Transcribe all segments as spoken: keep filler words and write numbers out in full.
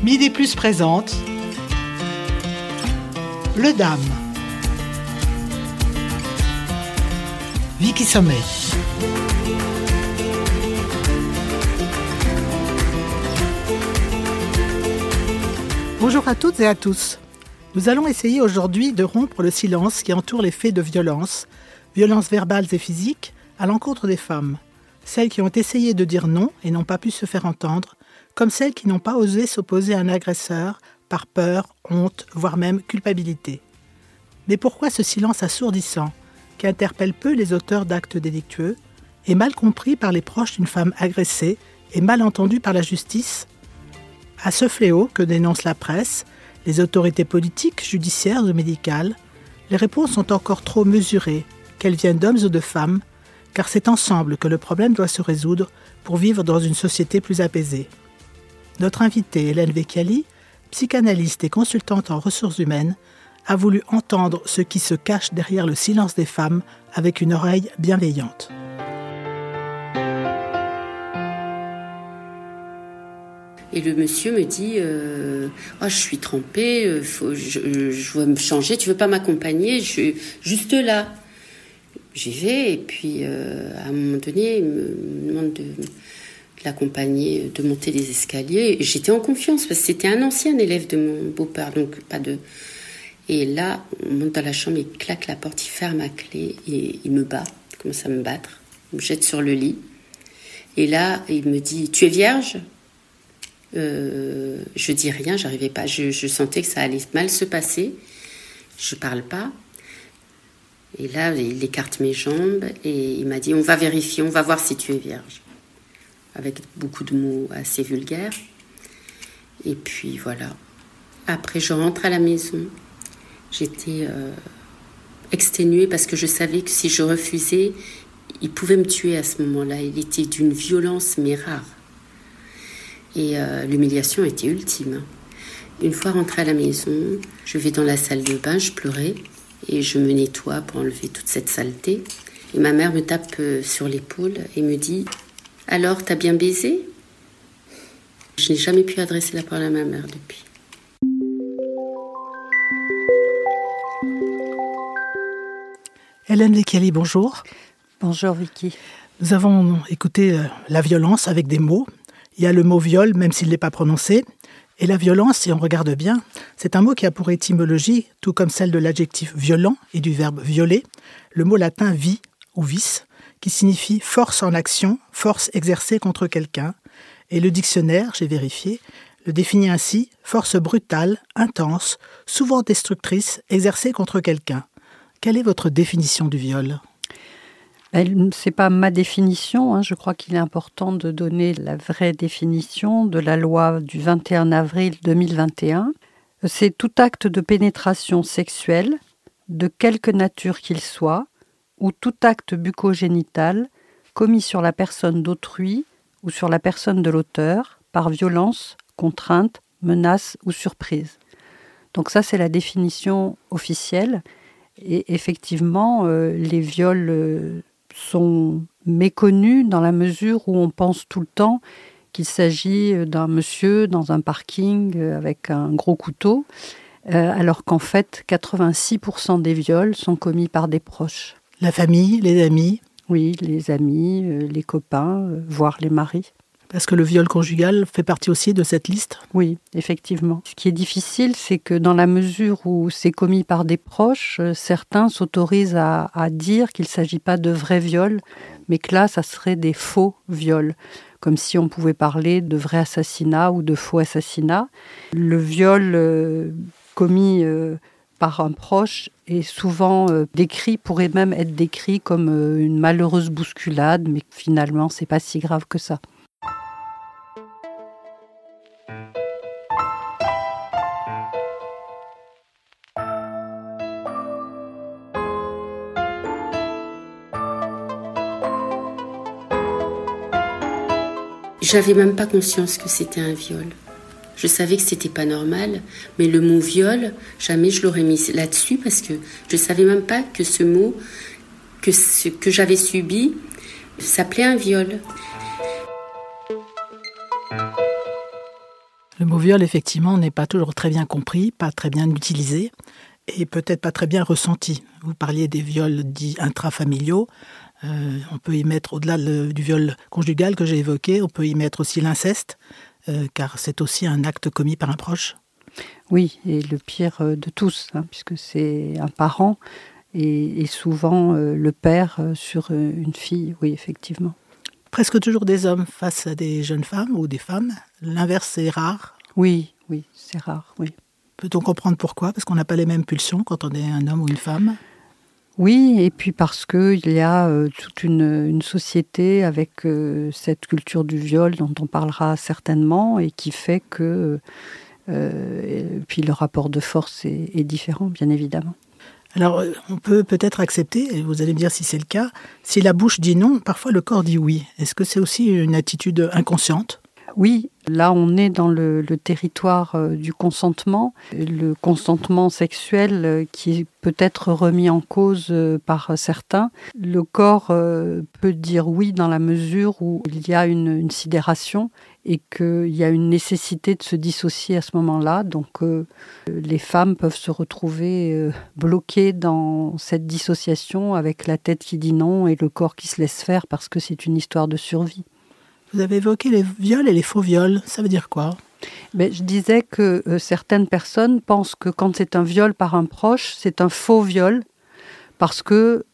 Midi Plus présente Le Dame. Vicky Sommet. Bonjour à toutes et à tous. Nous allons essayer aujourd'hui de rompre le silence qui entoure les faits de violence, violences verbales et physiques, à l'encontre des femmes. Celles qui ont essayé de dire non et n'ont pas pu se faire entendre, comme celles qui n'ont pas osé s'opposer à un agresseur par peur, honte, voire même culpabilité. Mais pourquoi ce silence assourdissant, qui interpelle peu les auteurs d'actes délictueux, est mal compris par les proches d'une femme agressée et mal entendu par la justice ? À ce fléau que dénonce la presse, les autorités politiques, judiciaires ou médicales, les réponses sont encore trop mesurées, qu'elles viennent d'hommes ou de femmes, car c'est ensemble que le problème doit se résoudre pour vivre dans une société plus apaisée. Notre invitée, Hélène Vecchiali, psychanalyste et consultante en ressources humaines, a voulu entendre ce qui se cache derrière le silence des femmes avec une oreille bienveillante. Et le monsieur me dit euh, oh, je suis trempée, euh, faut, je, je veux me changer, tu veux pas m'accompagner, je suis juste là. J'y vais et puis euh, à un moment donné, il me, me demande de, de l'accompagner, de monter les escaliers. Et j'étais en confiance parce que c'était un ancien élève de mon beau-père, donc pas de... Et là, on monte dans la chambre, il claque la porte, il ferme à clé et il me bat, il commence à me battre, il me jette sur le lit. Et là, il me dit, tu es vierge ? Euh, je dis rien, j'arrivais pas, je, je sentais que ça allait mal se passer, je parle pas. Et là, il écarte mes jambes et il m'a dit, on va vérifier, on va voir si tu es vierge. Avec beaucoup de mots assez vulgaires. Et puis voilà. Après, je rentre à la maison. J'étais euh, exténuée parce que je savais que si je refusais, il pouvait me tuer à ce moment-là. Il était d'une violence mais rare. Et euh, l'humiliation était ultime. Une fois rentrée à la maison, je vais dans la salle de bain, je pleurais. Et je me nettoie pour enlever toute cette saleté. Et ma mère me tape sur l'épaule et me dit « Alors, t'as bien baisé ?» Je n'ai jamais pu adresser la parole à ma mère depuis. Hélène Vecchiali, bonjour. Bonjour Vicky. Nous avons écouté euh, la violence avec des mots. Il y a le mot viol, même s'il n'est pas prononcé. Et la violence, si on regarde bien, c'est un mot qui a pour étymologie, tout comme celle de l'adjectif violent et du verbe violer, le mot latin vi ou vis, qui signifie force en action, force exercée contre quelqu'un. Et le dictionnaire, j'ai vérifié, le définit ainsi, force brutale, intense, souvent destructrice, exercée contre quelqu'un. Quelle est votre définition du viol ? C'est pas ma définition, hein. Je crois qu'il est important de donner la vraie définition de la loi du vingt et un avril deux mille vingt et un. C'est tout acte de pénétration sexuelle, de quelque nature qu'il soit, ou tout acte bucco-génital commis sur la personne d'autrui ou sur la personne de l'auteur, par violence, contrainte, menace ou surprise. Donc ça, c'est la définition officielle. Et effectivement, euh, les viols... Euh, sont méconnus dans la mesure où on pense tout le temps qu'il s'agit d'un monsieur dans un parking avec un gros couteau, euh, alors qu'en fait, quatre-vingt-six pour cent des viols sont commis par des proches. La famille, les amis ? Oui, les amis, euh, les copains, euh, voire les maris. Parce que le viol conjugal fait partie aussi de cette liste ? Oui, effectivement. Ce qui est difficile, c'est que dans la mesure où c'est commis par des proches, certains s'autorisent à, à dire qu'il ne s'agit pas de vrais viols, mais que là, ça serait des faux viols. Comme si on pouvait parler de vrais assassinats ou de faux assassinats. Le viol euh, commis euh, par un proche est souvent euh, décrit, pourrait même être décrit comme euh, une malheureuse bousculade, mais finalement, c'est pas si grave que ça. J'avais même pas conscience que c'était un viol. Je savais que c'était pas normal, mais le mot viol, jamais je l'aurais mis là-dessus parce que je savais même pas que ce mot, que ce que j'avais subi, s'appelait un viol. Le mot viol, effectivement, n'est pas toujours très bien compris, pas très bien utilisé et peut-être pas très bien ressenti. Vous parliez des viols dits intrafamiliaux. Euh, on peut y mettre, au-delà de, du viol conjugal que j'ai évoqué, on peut y mettre aussi l'inceste, euh, car c'est aussi un acte commis par un proche. Oui, et le pire de tous, hein, puisque c'est un parent et, et souvent euh, le père sur une fille, oui, effectivement. Presque toujours des hommes face à des jeunes femmes ou des femmes. L'inverse est rare. Oui, oui, c'est rare, oui. Peut-on comprendre pourquoi ? Parce qu'on n'a pas les mêmes pulsions quand on est un homme ou une femme ? Oui, et puis parce qu'il y a euh, toute une, une société avec euh, cette culture du viol dont on parlera certainement et qui fait que euh, et puis le rapport de force est, est différent, bien évidemment. Alors, on peut peut-être accepter, et vous allez me dire si c'est le cas, si la bouche dit non, parfois le corps dit oui. Est-ce que c'est aussi une attitude inconsciente ? Oui, là on est dans le, le territoire euh, du consentement, le consentement sexuel euh, qui peut être remis en cause euh, par certains. Le corps euh, peut dire oui dans la mesure où il y a une, une sidération et qu'il y a une nécessité de se dissocier à ce moment-là. Donc euh, les femmes peuvent se retrouver euh, bloquées dans cette dissociation avec la tête qui dit non et le corps qui se laisse faire parce que c'est une histoire de survie. Vous avez évoqué les viols et les faux viols. Ça veut dire quoi ? Mais je disais que euh, certaines personnes pensent que quand c'est un viol par un proche, c'est un faux viol parce que,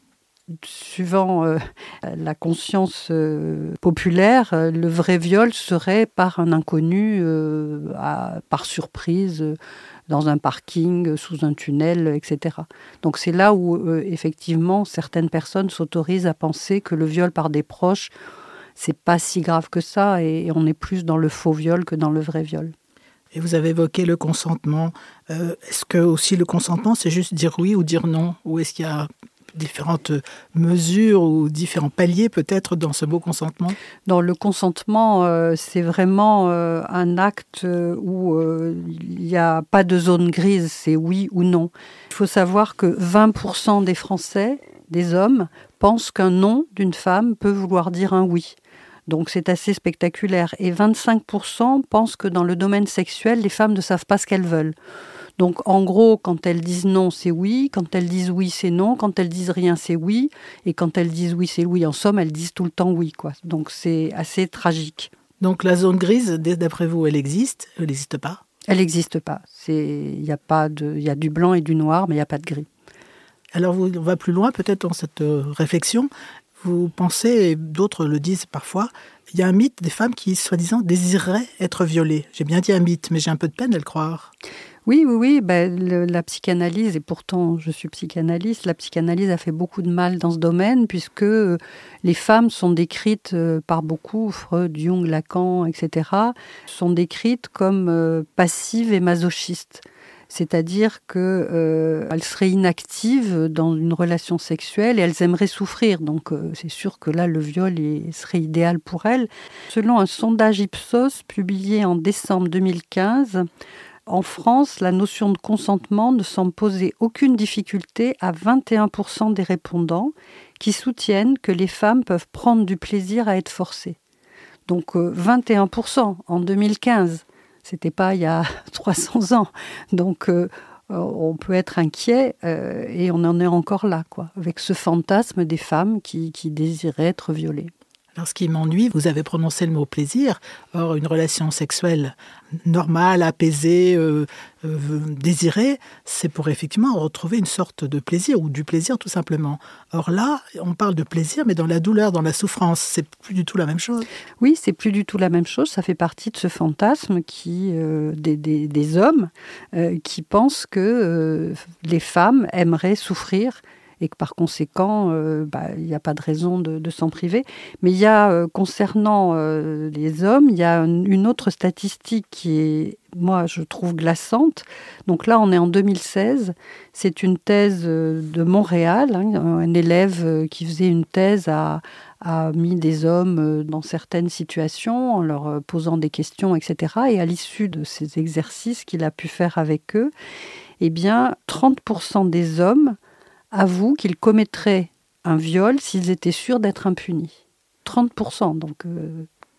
suivant euh, la conscience euh, populaire, euh, le vrai viol serait par un inconnu, euh, à, par surprise, euh, dans un parking, sous un tunnel, et cetera. Donc c'est là où, euh, effectivement, certaines personnes s'autorisent à penser que le viol par des proches, c'est pas si grave que ça et on est plus dans le faux viol que dans le vrai viol. Et vous avez évoqué le consentement. Euh, est-ce que aussi le consentement, c'est juste dire oui ou dire non ? Ou est-ce qu'il y a différentes mesures ou différents paliers peut-être dans ce mot consentement ? Dans le consentement, euh, c'est vraiment euh, un acte où euh, il n'y a pas de zone grise, c'est oui ou non. Il faut savoir que vingt pour cent des Français, des hommes, pensent qu'un non d'une femme peut vouloir dire un oui. Donc c'est assez spectaculaire. Et vingt-cinq pour cent pensent que dans le domaine sexuel, les femmes ne savent pas ce qu'elles veulent. Donc en gros, quand elles disent non, c'est oui. Quand elles disent oui, c'est non. Quand elles disent rien, c'est oui. Et quand elles disent oui, c'est oui. En somme, elles disent tout le temps oui, quoi. Donc c'est assez tragique. Donc la zone grise, d'après vous, elle existe ? Elle n'existe pas ? Elle n'existe pas. Il y a pas de, il y a du blanc et du noir, mais il n'y a pas de gris. Alors on va plus loin peut-être dans cette réflexion. Vous pensez, et d'autres le disent parfois, il y a un mythe des femmes qui, soi-disant, désireraient être violées. J'ai bien dit un mythe, mais j'ai un peu de peine à le croire. Oui, oui, oui. Ben, le, la psychanalyse, et pourtant je suis psychanalyste, la psychanalyse a fait beaucoup de mal dans ce domaine, puisque les femmes sont décrites par beaucoup, Freud, Jung, Lacan, et cetera, sont décrites comme euh, passives et masochistes. C'est-à-dire qu'elles euh, seraient inactives dans une relation sexuelle et elles aimeraient souffrir. Donc euh, c'est sûr que là, le viol est, serait idéal pour elles. Selon un sondage Ipsos publié en décembre deux mille quinze, en France, la notion de consentement ne semble poser aucune difficulté à vingt et un pour cent des répondants qui soutiennent que les femmes peuvent prendre du plaisir à être forcées. Donc euh, vingt et un pour cent en deux mille quinze. C'était pas il y a trois cents ans. Donc, euh, on peut être inquiet euh, et on en est encore là, quoi, avec ce fantasme des femmes qui, qui désiraient être violées. Alors, ce qui m'ennuie, vous avez prononcé le mot plaisir. Or, une relation sexuelle normale, apaisée, euh, euh, désirée, c'est pour effectivement retrouver une sorte de plaisir ou du plaisir tout simplement. Or là, on parle de plaisir, mais dans la douleur, dans la souffrance, c'est plus du tout la même chose. Oui, c'est plus du tout la même chose. Ça fait partie de ce fantasme qui, euh, des, des, des hommes euh, qui pensent que euh, les femmes aimeraient souffrir et que par conséquent, euh, bah, il n'y a pas de raison de, de s'en priver. Mais il y a, euh, concernant euh, les hommes, il y a une, une autre statistique qui est, moi, je trouve glaçante. Donc là, on est en deux mille seize. C'est une thèse de Montréal. Hein, un élève qui faisait une thèse a, a mis des hommes dans certaines situations en leur posant des questions, et cetera. Et à l'issue de ces exercices qu'il a pu faire avec eux, eh bien, trente pour cent des hommes avouent qu'ils commettraient un viol s'ils étaient sûrs d'être impunis. trente pour cent, donc euh,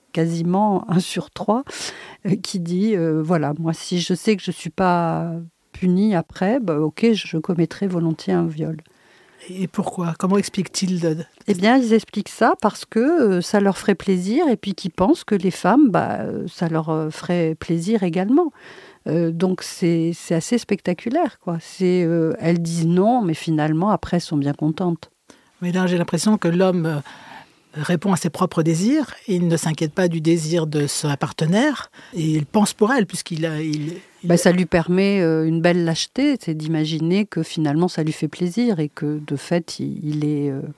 quasiment un sur trois, euh, qui dit, euh, voilà, moi si je sais que je ne suis pas punie après, bah, ok, je commettrai volontiers un viol. Et pourquoi ? Comment expliquent-ils de... Eh bien, ils expliquent ça parce que euh, ça leur ferait plaisir et puis qu'ils pensent que les femmes, bah, euh, ça leur euh, ferait plaisir également. Euh, donc, c'est, c'est assez spectaculaire, quoi. C'est, euh, elles disent non, mais finalement, après, elles sont bien contentes. Mais là, j'ai l'impression que l'homme euh, répond à ses propres désirs. Il ne s'inquiète pas du désir de sa partenaire. Et il pense pour elle, puisqu'il a... Il, il... Ben, ça lui permet euh, une belle lâcheté, c'est d'imaginer que finalement, ça lui fait plaisir et que, de fait, il, il est... Euh,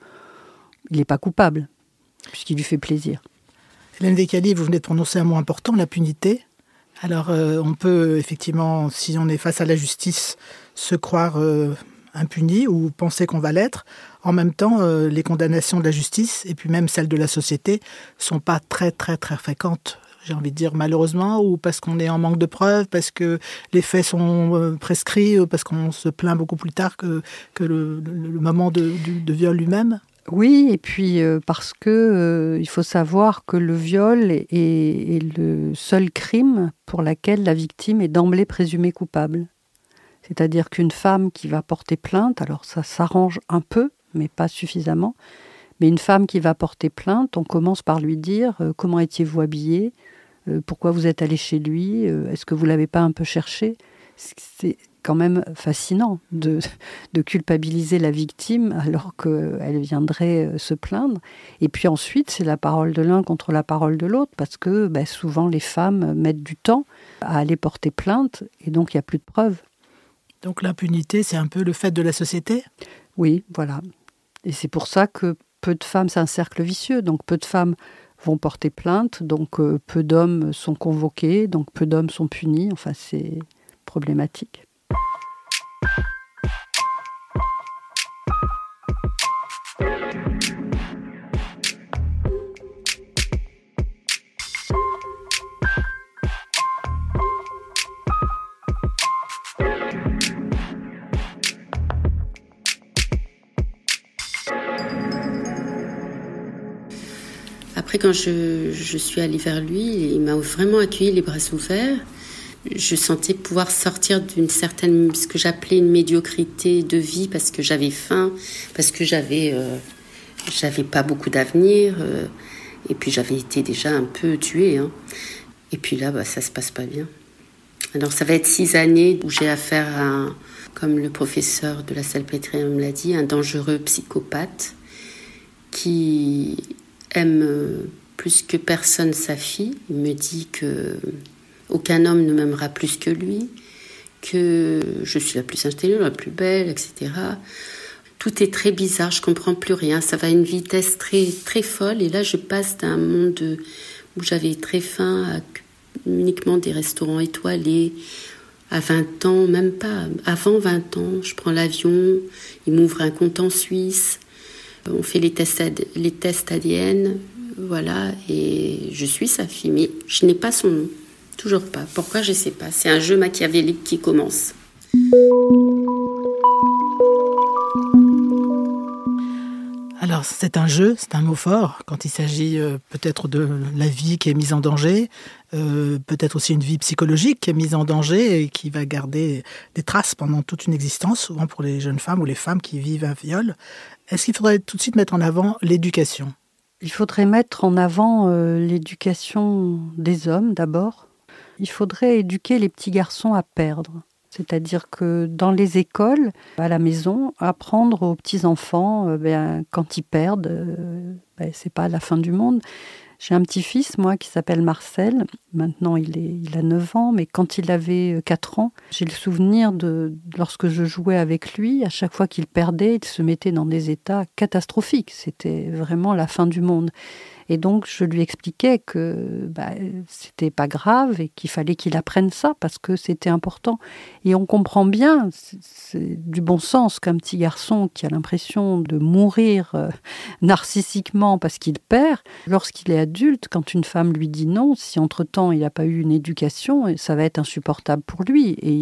il n'est pas coupable, puisqu'il lui fait plaisir. Hélène Vécali, vous venez de prononcer un mot important, la punité. Alors, euh, on peut effectivement, si on est face à la justice, se croire euh, impuni ou penser qu'on va l'être. En même temps, euh, les condamnations de la justice, et puis même celles de la société, sont pas très, très, très fréquentes. J'ai envie de dire malheureusement, ou parce qu'on est en manque de preuves, parce que les faits sont euh, prescrits, ou parce qu'on se plaint beaucoup plus tard que, que le, le, le moment de, du, de viol lui-même. Oui, et puis euh, parce que euh, il faut savoir que le viol est, est le seul crime pour lequel la victime est d'emblée présumée coupable. C'est-à-dire qu'une femme qui va porter plainte, alors ça s'arrange un peu, mais pas suffisamment, mais une femme qui va porter plainte, on commence par lui dire euh, « Comment étiez-vous habillée ? euh, Pourquoi vous êtes allé chez lui ? euh, Est-ce que vous ne l'avez pas un peu cherché ?» C'est quand même fascinant de, de culpabiliser la victime alors qu'elle viendrait se plaindre. Et puis ensuite, c'est la parole de l'un contre la parole de l'autre, parce que ben, souvent les femmes mettent du temps à aller porter plainte, et donc il n'y a plus de preuves. Donc l'impunité, c'est un peu le fait de la société ? Oui, voilà. Et c'est pour ça que peu de femmes, c'est un cercle vicieux, donc peu de femmes vont porter plainte, donc euh, peu d'hommes sont convoqués, donc peu d'hommes sont punis, enfin c'est problématique. Après, quand je, je suis allée vers lui, il m'a vraiment accueilli les bras ouverts. Je sentais pouvoir sortir d'une certaine, ce que j'appelais une médiocrité de vie, parce que j'avais faim, parce que j'avais, euh, j'avais pas beaucoup d'avenir, euh, et puis j'avais été déjà un peu tuée. Hein. Et puis là, bah, ça se passe pas bien. Alors ça va être six années où j'ai affaire à, un, comme le professeur de la Salpêtrière me l'a dit, un dangereux psychopathe qui aime plus que personne sa fille. Il me dit que aucun homme ne m'aimera plus que lui, que je suis la plus intelligente, la plus belle, et cetera. Tout est très bizarre, je comprends plus rien. Ça va à une vitesse très, très folle. Et là, je passe d'un monde où j'avais très faim à uniquement des restaurants étoilés. À vingt ans, même pas, avant vingt ans, je prends l'avion, il m'ouvre un compte en Suisse. On fait les tests, ad- les tests A D N, voilà, et je suis sa fille, mais je n'ai pas son nom. Toujours pas. Pourquoi, je ne sais pas. C'est un jeu machiavélique qui commence. Alors, c'est un jeu, c'est un mot fort, quand il s'agit euh, peut-être de la vie qui est mise en danger, euh, peut-être aussi une vie psychologique qui est mise en danger et qui va garder des traces pendant toute une existence, souvent pour les jeunes femmes ou les femmes qui vivent un viol. Est-ce qu'il faudrait tout de suite mettre en avant l'éducation ? Il faudrait mettre en avant euh, l'éducation des hommes d'abord. Il faudrait éduquer les petits garçons à perdre. C'est-à-dire que dans les écoles, à la maison, apprendre aux petits-enfants, euh, ben, quand ils perdent, euh, ben, c'est pas la fin du monde. J'ai un petit-fils, moi, qui s'appelle Marcel. Maintenant, il, est, il a neuf ans, mais quand il avait quatre ans, j'ai le souvenir de, lorsque je jouais avec lui, à chaque fois qu'il perdait, il se mettait dans des états catastrophiques. C'était vraiment la fin du monde. Et donc, je lui expliquais que bah, c'était pas grave et qu'il fallait qu'il apprenne ça parce que c'était important. Et on comprend bien, c'est, c'est du bon sens qu'un petit garçon qui a l'impression de mourir euh, narcissiquement parce qu'il perd, lorsqu'il est adulte, quand une femme lui dit non, si entre-temps il n'a pas eu une éducation, ça va être insupportable pour lui et il va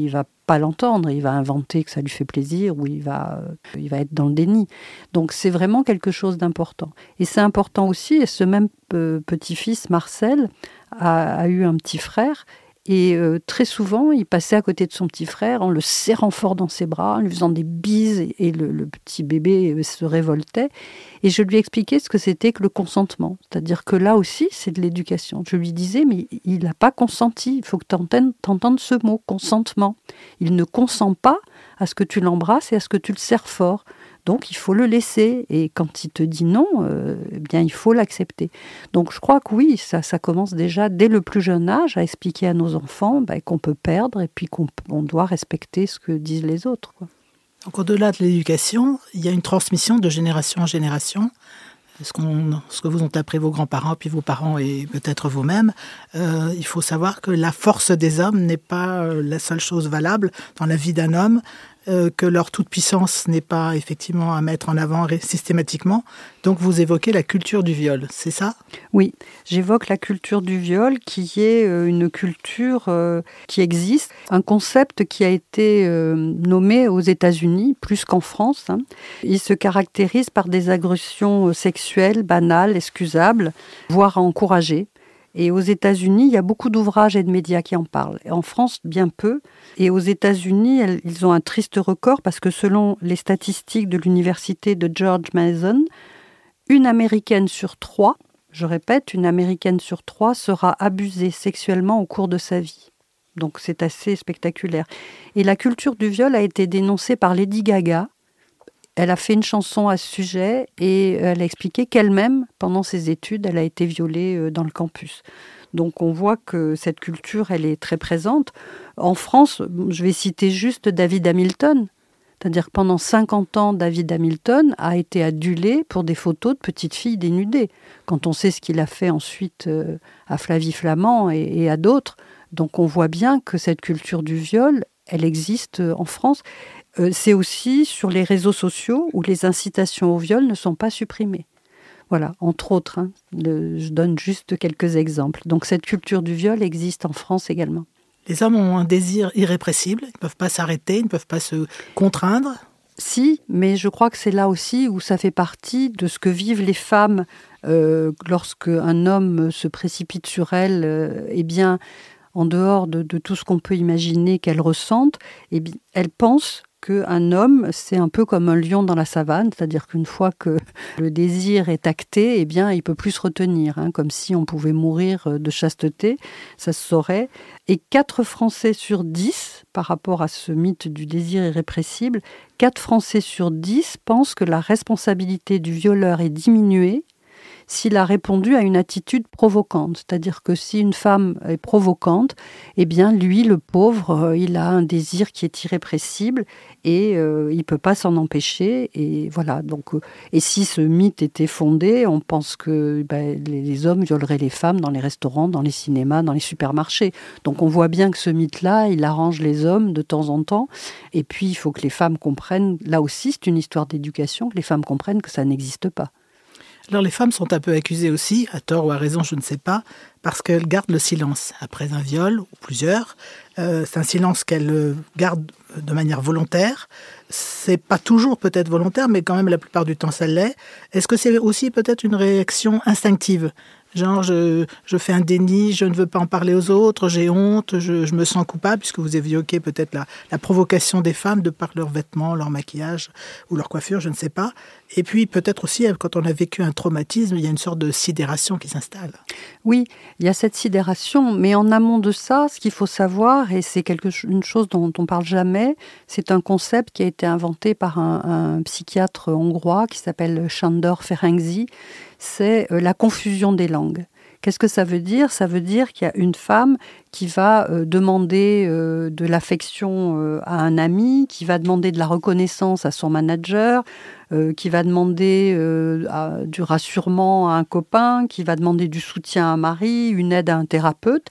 pas l'entendre, il va inventer que ça lui fait plaisir ou il va, euh, il va être dans le déni. Donc c'est vraiment quelque chose d'important. Et c'est important aussi, et ce même euh, petit-fils, Marcel, a, a eu un petit frère. Et euh, très souvent, il passait à côté de son petit frère en le serrant fort dans ses bras, en lui faisant des bises, et, et le, le petit bébé se révoltait. Et je lui expliquais ce que c'était que le consentement. C'est-à-dire que là aussi, c'est de l'éducation. Je lui disais, mais il n'a pas consenti. Il faut que tu entendes ce mot, consentement. Il ne consent pas à ce que tu l'embrasses et à ce que tu le serres fort. Donc, il faut le laisser. Et quand il te dit non, euh, eh bien, il faut l'accepter. Donc, je crois que oui, ça, ça commence déjà dès le plus jeune âge à expliquer à nos enfants ben, qu'on peut perdre et puis qu'on on doit respecter ce que disent les autres, quoi. Donc, au-delà de l'éducation, il y a une transmission de génération en génération. Ce, qu'on, ce que vous ont appris vos grands-parents, puis vos parents et peut-être vous-même, euh, il faut savoir que la force des hommes n'est pas la seule chose valable dans la vie d'un homme, euh, que leur toute-puissance n'est pas effectivement à mettre en avant systématiquement. Donc vous évoquez la culture du viol, c'est ça ? Oui, j'évoque la culture du viol qui est une culture euh, qui existe, un concept qui a été euh, nommé aux États-Unis plus qu'en France. Hein. Il se caractérise par des agressions sexuelles banales, excusables, voire encouragées. Et aux États-Unis, il y a beaucoup d'ouvrages et de médias qui en parlent. Et en France, bien peu. Et aux États-Unis, elles, ils ont un triste record parce que selon les statistiques de l'université de George Mason, une Américaine sur trois, je répète, une Américaine sur trois sera abusée sexuellement au cours de sa vie. Donc c'est assez spectaculaire. Et la culture du viol a été dénoncée par Lady Gaga. Elle a fait une chanson à ce sujet et elle a expliqué qu'elle-même, pendant ses études, elle a été violée dans le campus. Donc on voit que cette culture, elle est très présente. En France, je vais citer juste David Hamilton. C'est-à-dire que pendant cinquante ans, David Hamilton a été adulé pour des photos de petites filles dénudées. Quand on sait ce qu'il a fait ensuite à Flavie Flament et, et à d'autres. Donc on voit bien que cette culture du viol, elle existe en France. Euh, c'est aussi sur les réseaux sociaux où les incitations au viol ne sont pas supprimées. Voilà, entre autres, hein, le, je donne juste quelques exemples. Donc cette culture du viol existe en France également. Les hommes ont un désir irrépressible, ils ne peuvent pas s'arrêter, ils ne peuvent pas se contraindre. Si, mais je crois que c'est là aussi où ça fait partie de ce que vivent les femmes euh, lorsque un homme se précipite sur elles, euh, eh bien, en dehors de, de tout ce qu'on peut imaginer qu'elles ressentent, eh bien, elles pensent qu'un homme, c'est un peu comme un lion dans la savane, c'est-à-dire qu'une fois que le désir est acté, eh bien, il ne peut plus se retenir, hein, comme si on pouvait mourir de chasteté, ça se saurait. Et quatre Français sur dix, par rapport à ce mythe du désir irrépressible, quatre Français sur dix pensent que la responsabilité du violeur est diminuée s'il a répondu à une attitude provocante. C'est-à-dire que si une femme est provocante, eh bien lui, le pauvre, il a un désir qui est irrépressible et euh, il ne peut pas s'en empêcher. Et voilà. Donc, euh, et si ce mythe était fondé, on pense que ben, les, les hommes violeraient les femmes dans les restaurants, dans les cinémas, dans les supermarchés. Donc on voit bien que ce mythe-là, il arrange les hommes de temps en temps. Et puis il faut que les femmes comprennent, là aussi c'est une histoire d'éducation, que les femmes comprennent que ça n'existe pas. Alors les femmes sont un peu accusées aussi, à tort ou à raison, je ne sais pas, parce qu'elles gardent le silence après un viol, ou plusieurs. Euh, c'est un silence qu'elles gardent de manière volontaire. C'est pas toujours peut-être volontaire, mais quand même la plupart du temps ça l'est. Est-ce que c'est aussi peut-être une réaction instinctive ? Genre, je, je fais un déni, je ne veux pas en parler aux autres, j'ai honte, je, je me sens coupable, puisque vous évoquez peut-être la, la provocation des femmes de par leurs vêtements, leur maquillage ou leur coiffure, je ne sais pas. Et puis peut-être aussi, quand on a vécu un traumatisme, il y a une sorte de sidération qui s'installe. Oui, il y a cette sidération, mais en amont de ça, ce qu'il faut savoir, et c'est quelque, une chose dont on ne parle jamais, c'est un concept qui a été inventé par un, un psychiatre hongrois qui s'appelle Sándor Ferenczi, c'est la confusion des langues. Qu'est-ce que ça veut dire ? Ça veut dire qu'il y a une femme qui va euh, demander euh, de l'affection euh, à un ami, qui va demander de la reconnaissance à son manager, euh, qui va demander euh, à, du rassurement à un copain, qui va demander du soutien à un mari, une aide à un thérapeute.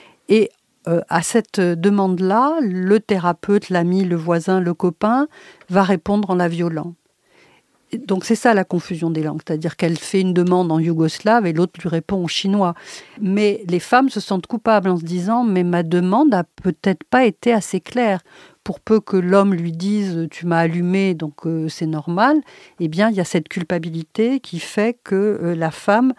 Et euh, à cette demande-là, le thérapeute, l'ami, le voisin, le copain va répondre en la violant. Donc c'est ça la confusion des langues, c'est-à-dire qu'elle fait une demande en yougoslave et l'autre lui répond en chinois. Mais les femmes se sentent coupables en se disant « mais ma demande a peut-être pas été assez claire ». pour peu que l'homme lui dise « tu m'as allumé, donc euh, c'est normal », eh bien, il y a cette culpabilité qui fait que euh, la femme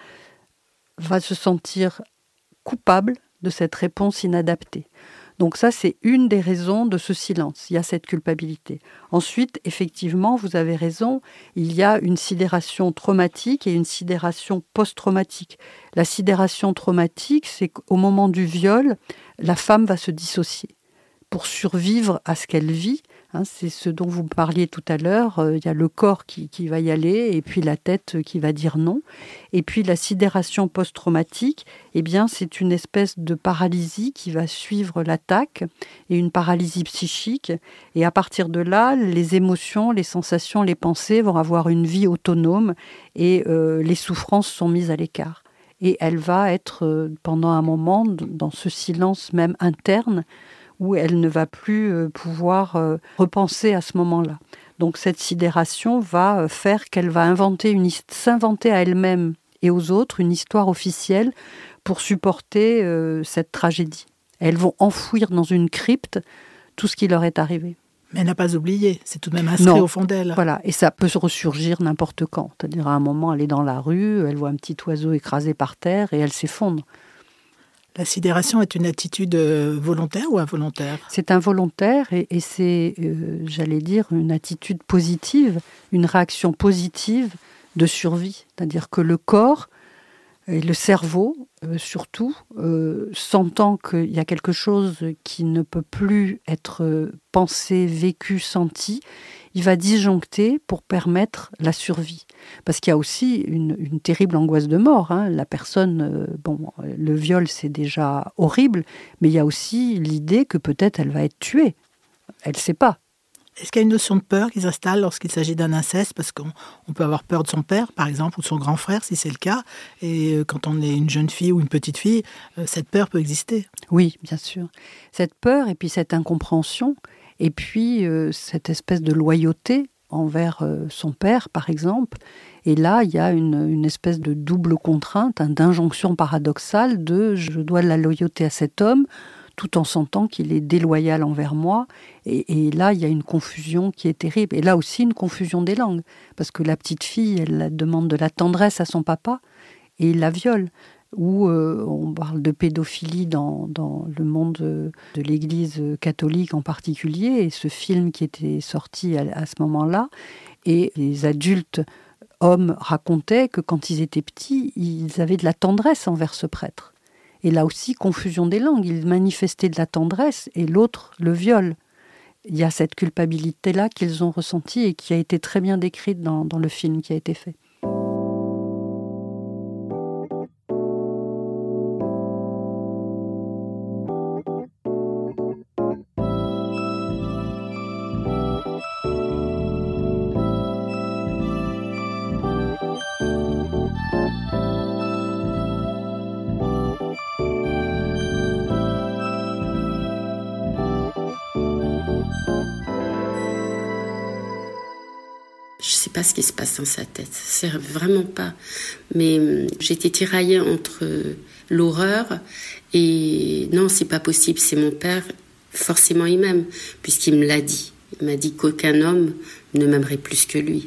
va se sentir coupable de cette réponse inadaptée. Donc ça, c'est une des raisons de ce silence. Il y a cette culpabilité. Ensuite, effectivement, vous avez raison, il y a une sidération traumatique et une sidération post-traumatique. La sidération traumatique, c'est qu'au moment du viol, la femme va se dissocier pour survivre à ce qu'elle vit. Hein, c'est ce dont vous parliez tout à l'heure. Euh, il y a le corps qui, qui va y aller et puis la tête qui va dire non. Et puis la sidération post-traumatique, eh bien, c'est une espèce de paralysie qui va suivre l'attaque et une paralysie psychique. Et à partir de là, les émotions, les sensations, les pensées vont avoir une vie autonome et euh, les souffrances sont mises à l'écart. Et elle va être euh, pendant un moment dans ce silence même interne où elle ne va plus euh, pouvoir euh, repenser à ce moment-là. Donc cette sidération va euh, faire qu'elle va inventer une, s'inventer à elle-même et aux autres une histoire officielle pour supporter euh, cette tragédie. Elles vont enfouir dans une crypte tout ce qui leur est arrivé. Mais elle n'a pas oublié, c'est tout de même inscrit non. au fond d'elle. Voilà, et ça peut se ressurgir n'importe quand. C'est-à-dire à un moment, elle est dans la rue, elle voit un petit oiseau écrasé par terre et elle s'effondre. La sidération est une attitude volontaire ou involontaire ? C'est involontaire et, et c'est, euh, j'allais dire, une attitude positive, une réaction positive de survie. C'est-à-dire que le corps et le cerveau, euh, surtout, euh, sentant qu'il y a quelque chose qui ne peut plus être pensé, vécu, senti, il va disjoncter pour permettre la survie. Parce qu'il y a aussi une, une terrible angoisse de mort. Hein. La personne, euh, bon, le viol, c'est déjà horrible, mais il y a aussi l'idée que peut-être elle va être tuée. Elle ne sait pas. Est-ce qu'il y a une notion de peur qui s'installe lorsqu'il s'agit d'un inceste ? Parce qu'on on peut avoir peur de son père, par exemple, ou de son grand frère, si c'est le cas. Et quand on est une jeune fille ou une petite fille, cette peur peut exister. Oui, bien sûr. Cette peur et puis cette incompréhension, et puis euh, cette espèce de loyauté envers euh, son père, par exemple. Et là, il y a une, une espèce de double contrainte, hein, d'injonction paradoxale de « je dois la loyauté à cet homme », tout en sentant qu'il est déloyal envers moi. Et, et là, il y a une confusion qui est terrible. Et là aussi, une confusion des langues. Parce que la petite fille, elle demande de la tendresse à son papa et il la viole. Ou euh, on parle de pédophilie dans, dans le monde de, de l'Église catholique en particulier. Et ce film qui était sorti à, à ce moment-là. Et les adultes hommes racontaient que quand ils étaient petits, ils avaient de la tendresse envers ce prêtre. Et là aussi, confusion des langues. Il manifestait de la tendresse et l'autre le viole. Il y a cette culpabilité-là qu'ils ont ressentie et qui a été très bien décrite dans, dans le film qui a été fait. Je sais pas ce qui se passe dans sa tête, c'est vraiment pas. Mais j'étais tiraillée entre l'horreur et non, c'est pas possible, c'est mon père, forcément il m'aime, puisqu'il me l'a dit. Il m'a dit qu'aucun homme ne m'aimerait plus que lui.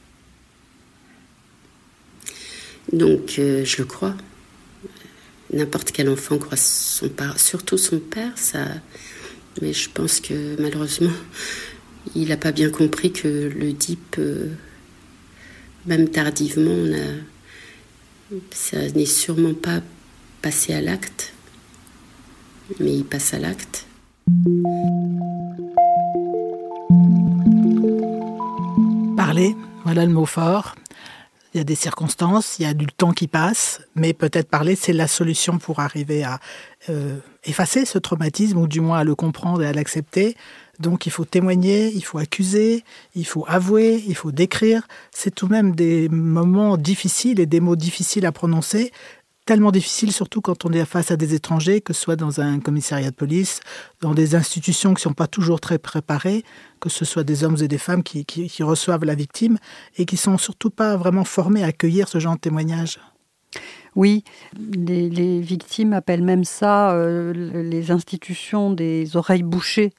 Donc euh, je le crois. N'importe quel enfant croit son père, surtout son père, ça. Mais je pense que malheureusement, il n'a pas bien compris que le D I P, euh, même tardivement, on a, ça n'est sûrement pas passé à l'acte, mais il passe à l'acte. Parler, voilà le mot fort. Il y a des circonstances, il y a du temps qui passe, mais peut-être parler, c'est la solution pour arriver à euh, effacer ce traumatisme, ou du moins à le comprendre et à l'accepter. Donc il faut témoigner, il faut accuser, il faut avouer, il faut décrire. C'est tout de même des moments difficiles et des mots difficiles à prononcer, tellement difficiles surtout quand on est face à des étrangers, que ce soit dans un commissariat de police, dans des institutions qui ne sont pas toujours très préparées, que ce soit des hommes et des femmes qui, qui, qui reçoivent la victime et qui ne sont surtout pas vraiment formés à accueillir ce genre de témoignage. Oui, les, les victimes appellent même ça, euh, les institutions des oreilles bouchées.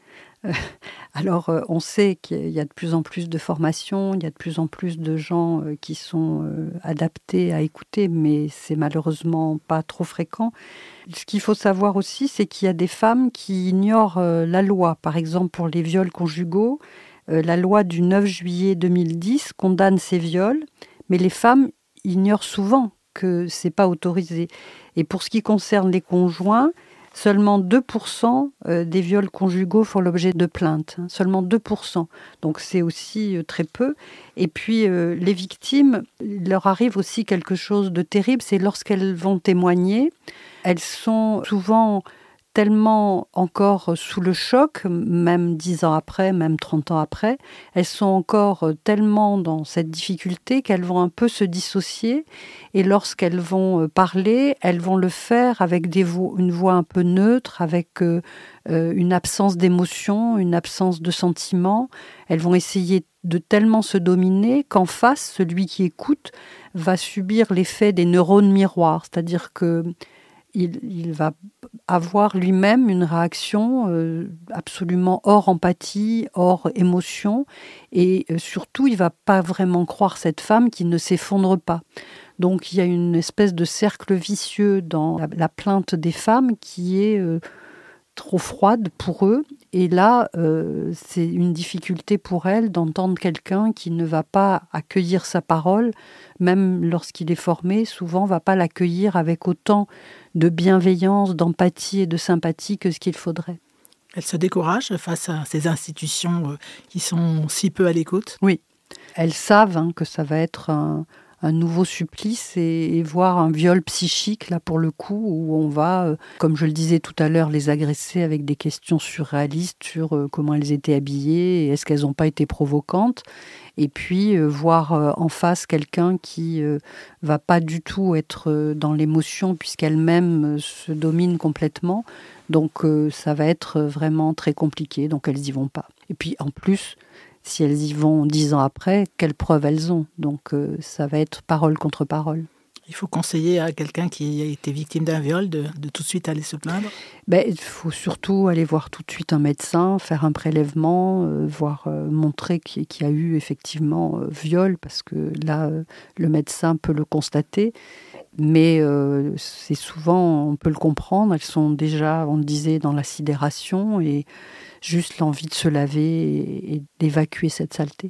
Alors, on sait qu'il y a de plus en plus de formations, il y a de plus en plus de gens qui sont adaptés à écouter, mais c'est malheureusement pas trop fréquent. Ce qu'il faut savoir aussi, c'est qu'il y a des femmes qui ignorent la loi. Par exemple, pour les viols conjugaux, la loi du neuf juillet deux mille dix condamne ces viols, mais les femmes ignorent souvent que c'est pas autorisé. Et pour ce qui concerne les conjoints, seulement deux pour cent des viols conjugaux font l'objet de plaintes. Seulement deux pour cent. Donc c'est aussi très peu. Et puis euh, les victimes, il leur arrive aussi quelque chose de terrible, c'est lorsqu'elles vont témoigner, elles sont souvent tellement encore sous le choc, même dix ans après, même trente ans après, elles sont encore tellement dans cette difficulté qu'elles vont un peu se dissocier. Et lorsqu'elles vont parler, elles vont le faire avec des vo- une voix un peu neutre, avec euh, une absence d'émotion, une absence de sentiment. Elles vont essayer de tellement se dominer qu'en face, celui qui écoute va subir l'effet des neurones miroirs, c'est-à-dire que Il, il va avoir lui-même une réaction euh, absolument hors empathie, hors émotion, et euh, surtout, il ne va pas vraiment croire cette femme qui ne s'effondre pas. Donc, il y a une espèce de cercle vicieux dans la, la plainte des femmes qui est euh, trop froide pour eux. Et là, euh, c'est une difficulté pour elles d'entendre quelqu'un qui ne va pas accueillir sa parole, même lorsqu'il est formé, souvent ne va pas l'accueillir avec autant de bienveillance, d'empathie et de sympathie que ce qu'il faudrait. Elles se découragent face à ces institutions qui sont si peu à l'écoute ? Oui, elles savent hein, que ça va être un, un nouveau supplice et, et voire un viol psychique, là pour le coup, où on va, euh, comme je le disais tout à l'heure, les agresser avec des questions surréalistes sur euh, comment elles étaient habillées et est-ce qu'elles n'ont pas été provocantes. Et puis euh, voir euh, en face quelqu'un qui euh, va pas du tout être euh, dans l'émotion puisqu'elle-même euh, se domine complètement. Donc euh, ça va être vraiment très compliqué, donc elles y vont pas. Et puis en plus, si elles y vont dix ans après, quelles preuves elles ont ? Donc euh, ça va être parole contre parole. Il faut conseiller à quelqu'un qui a été victime d'un viol de, de tout de suite aller se plaindre ? Ben, il faut surtout aller voir tout de suite un médecin, faire un prélèvement, euh, voir, euh, montrer qu'il, qu'il y a eu effectivement euh, viol, parce que là, euh, le médecin peut le constater. Mais euh, c'est souvent, on peut le comprendre, elles sont déjà, on le disait, dans la sidération et juste l'envie de se laver et, et d'évacuer cette saleté.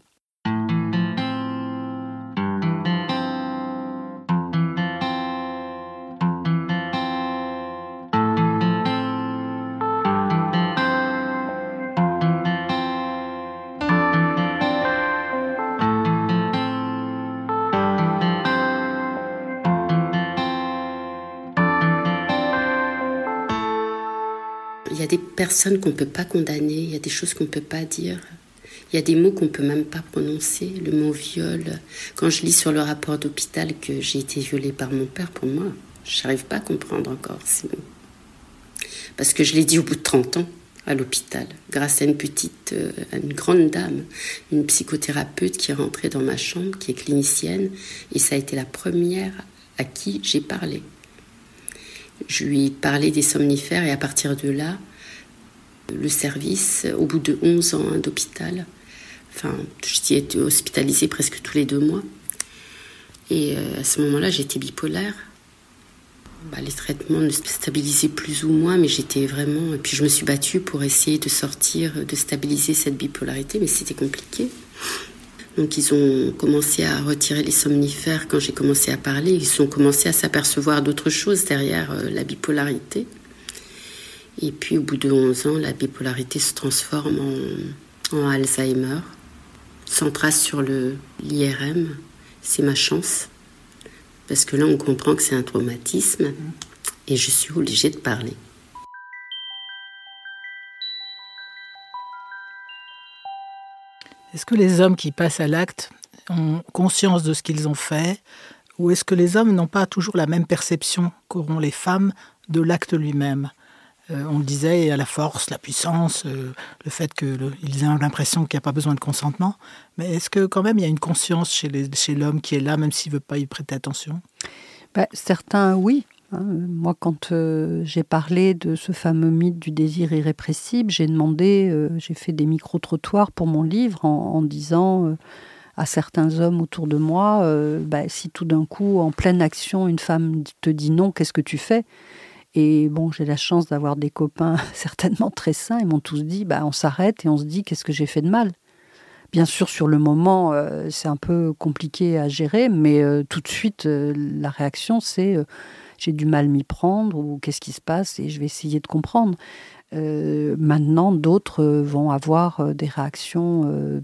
Il y a des personnes qu'on ne peut pas condamner, il y a des choses qu'on ne peut pas dire, il y a des mots qu'on ne peut même pas prononcer, le mot viol. Quand je lis sur le rapport d'hôpital que j'ai été violée par mon père, pour moi, je n'arrive pas à comprendre encore ces mots. Parce que je l'ai dit au bout de trente ans à l'hôpital, grâce à une petite, euh, à une grande dame, une psychothérapeute qui est rentrée dans ma chambre, qui est clinicienne, et ça a été la première à qui j'ai parlé. Je lui ai parlé des somnifères et à partir de là, le service, au bout de onze ans hein, d'hôpital, enfin, j'ai été hospitalisée presque tous les deux mois. Et euh, à ce moment-là, j'étais bipolaire. Bah, les traitements me stabilisaient plus ou moins, mais j'étais vraiment... Et puis je me suis battue pour essayer de sortir, de stabiliser cette bipolarité, mais c'était compliqué. Donc ils ont commencé à retirer les somnifères quand j'ai commencé à parler. Ils ont commencé à s'apercevoir d'autres choses derrière euh, la bipolarité. Et puis au bout de onze ans, la bipolarité se transforme en, en Alzheimer. Sans trace sur le, l'I R M, c'est ma chance. Parce que là, on comprend que c'est un traumatisme et je suis obligée de parler. Est-ce que les hommes qui passent à l'acte ont conscience de ce qu'ils ont fait, ou est-ce que les hommes n'ont pas toujours la même perception qu'auront les femmes de l'acte lui-même ? euh, On le disait, à la force, la puissance, euh, le fait qu'ils aient l'impression qu'il n'y a pas besoin de consentement. Mais est-ce que quand même il y a une conscience chez, les, chez l'homme qui est là, même s'il ne veut pas y prêter attention ? Ben, certains, oui. Hein. Moi, quand euh, j'ai parlé de ce fameux mythe du désir irrépressible, j'ai demandé, euh, j'ai fait des micro-trottoirs pour mon livre en, en disant euh, à certains hommes autour de moi, euh, bah, si tout d'un coup, en pleine action, une femme te dit non, qu'est-ce que tu fais ? Et bon, j'ai la chance d'avoir des copains certainement très sains. Ils m'ont tous dit, bah, on s'arrête et on se dit, qu'est-ce que j'ai fait de mal ? Bien sûr, sur le moment, euh, c'est un peu compliqué à gérer, mais euh, tout de suite, euh, la réaction, c'est euh, j'ai du mal m'y prendre ou qu'est-ce qui se passe et je vais essayer de comprendre. Euh, maintenant, d'autres euh, vont avoir euh, des réactions euh,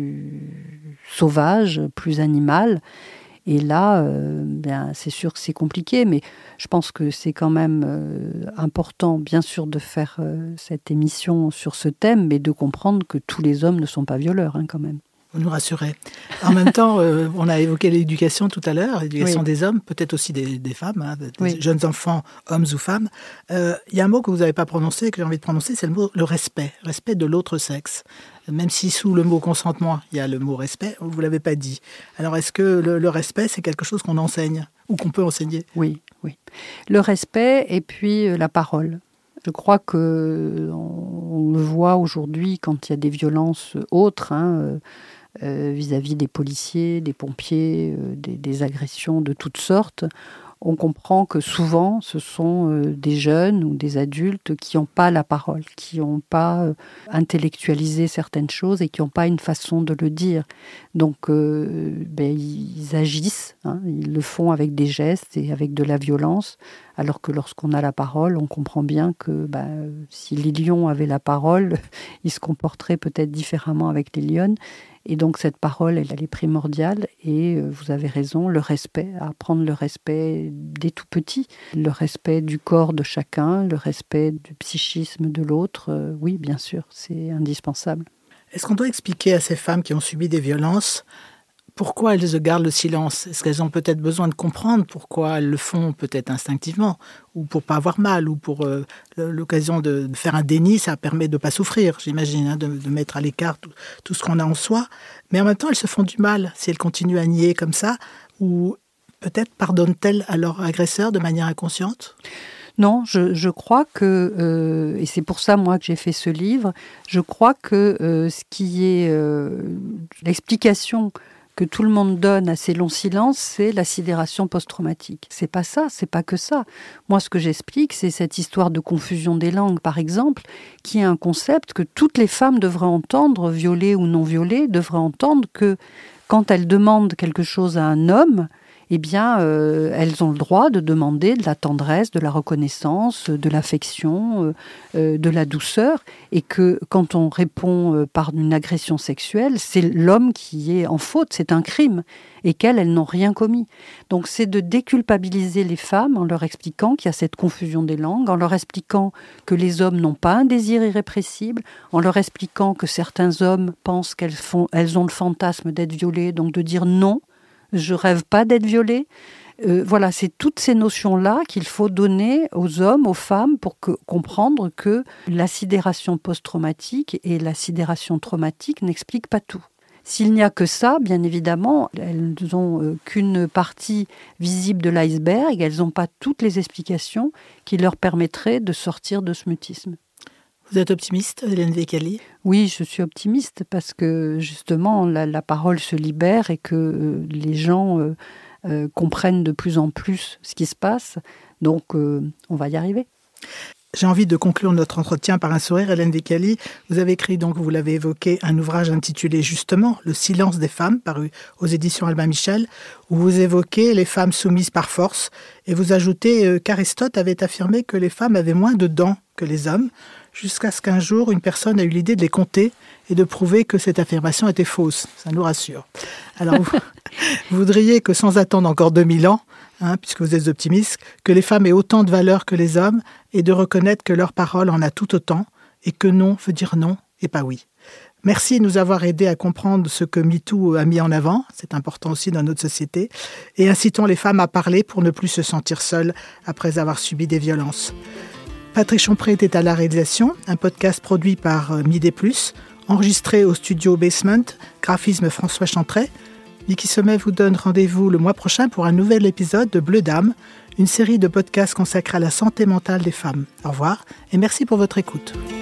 plus sauvages, plus animales. Et là, euh, bien, c'est sûr que c'est compliqué, mais je pense que c'est quand même euh, important, bien sûr, de faire euh, cette émission sur ce thème, mais de comprendre que tous les hommes ne sont pas violeurs, hein, quand même. Vous nous rassurez. En même temps, euh, on a évoqué l'éducation tout à l'heure, l'éducation oui. des hommes, peut-être aussi des, des femmes, hein, des oui. jeunes enfants, hommes ou femmes. Euh, il y a un mot que vous n'avez pas prononcé, que j'ai envie de prononcer, c'est le mot le respect, respect de l'autre sexe. Même si sous le mot consentement, il y a le mot respect, vous ne l'avez pas dit. Alors, est-ce que le, le respect, c'est quelque chose qu'on enseigne ou qu'on peut enseigner ? Oui, oui. Le respect et puis euh, la parole. Je crois que on, on le voit aujourd'hui quand il y a des violences autres, hein, euh, euh, vis-à-vis des policiers, des pompiers, euh, des, des agressions de toutes sortes. On comprend que souvent, ce sont euh, des jeunes ou des adultes qui n'ont pas la parole, qui n'ont pas euh, intellectualisé certaines choses et qui n'ont pas une façon de le dire. Donc, euh, ben, ils agissent, hein, ils le font avec des gestes et avec de la violence, alors que lorsqu'on a la parole, on comprend bien que ben, si les lions avaient la parole, ils se comporteraient peut-être différemment avec les lionnes. Et donc cette parole, elle, elle est primordiale et euh, vous avez raison, le respect, apprendre le respect des tout petits, le respect du corps de chacun, le respect du psychisme de l'autre, euh, oui bien sûr, c'est indispensable. Est-ce qu'on doit expliquer à ces femmes qui ont subi des violences pourquoi elles gardent le silence ? Est-ce qu'elles ont peut-être besoin de comprendre pourquoi elles le font peut-être instinctivement, ou pour pas avoir mal, ou pour euh, l'occasion de faire un déni, ça permet de ne pas souffrir, j'imagine, hein, de, de mettre à l'écart tout, tout ce qu'on a en soi. Mais en même temps, elles se font du mal si elles continuent à nier comme ça, ou peut-être pardonnent-elles à leur agresseur de manière inconsciente ? Non, je, je crois que, euh, et c'est pour ça moi que j'ai fait ce livre, je crois que euh, ce qui est euh, l'explication que tout le monde donne à ces longs silences, c'est la sidération post-traumatique. C'est pas ça, c'est pas que ça. Moi, ce que j'explique, c'est cette histoire de confusion des langues, par exemple, qui est un concept que toutes les femmes devraient entendre, violées ou non violées, devraient entendre que quand elles demandent quelque chose à un homme, eh bien, euh, elles ont le droit de demander de la tendresse, de la reconnaissance, de l'affection, euh, de la douceur, et que quand on répond euh, par une agression sexuelle, c'est l'homme qui est en faute, c'est un crime, et qu'elles, elles n'ont rien commis. Donc c'est de déculpabiliser les femmes en leur expliquant qu'il y a cette confusion des langues, en leur expliquant que les hommes n'ont pas un désir irrépressible, en leur expliquant que certains hommes pensent qu'elles font, elles ont le fantasme d'être violées, donc de dire non, je rêve pas d'être violée. Euh, voilà, c'est toutes ces notions-là qu'il faut donner aux hommes, aux femmes, pour que, comprendre que la sidération post-traumatique et la sidération traumatique n'expliquent pas tout. S'il n'y a que ça, bien évidemment, elles n'ont euh, qu'une partie visible de l'iceberg, elles n'ont pas toutes les explications qui leur permettraient de sortir de ce mutisme. Vous êtes optimiste, Hélène Vécali ? Oui, je suis optimiste parce que justement la, la parole se libère et que euh, les gens euh, euh, comprennent de plus en plus ce qui se passe. Donc euh, on va y arriver. J'ai envie de conclure notre entretien par un sourire. Hélène Vécali, vous avez écrit, donc vous l'avez évoqué, un ouvrage intitulé justement « Le silence des femmes » paru aux éditions Albin Michel, où vous évoquez les femmes soumises par force et vous ajoutez euh, qu'Aristote avait affirmé que les femmes avaient moins de dents que les hommes, jusqu'à ce qu'un jour, une personne a eu l'idée de les compter et de prouver que cette affirmation était fausse. Ça nous rassure. Alors, vous, vous voudriez que, sans attendre encore deux mille ans, hein, puisque vous êtes optimiste, que les femmes aient autant de valeur que les hommes et de reconnaître que leur parole en a tout autant et que non veut dire non et pas oui. Merci de nous avoir aidés à comprendre ce que MeToo a mis en avant, c'est important aussi dans notre société, et incitons les femmes à parler pour ne plus se sentir seules après avoir subi des violences. Patrick Chompré était à la réalisation, un podcast produit par Midi Plus, enregistré au studio Basement, graphisme François Chantret. Vicky Sommet vous donne rendez-vous le mois prochain pour un nouvel épisode de Bleu Dame, une série de podcasts consacrés à la santé mentale des femmes. Au revoir et merci pour votre écoute.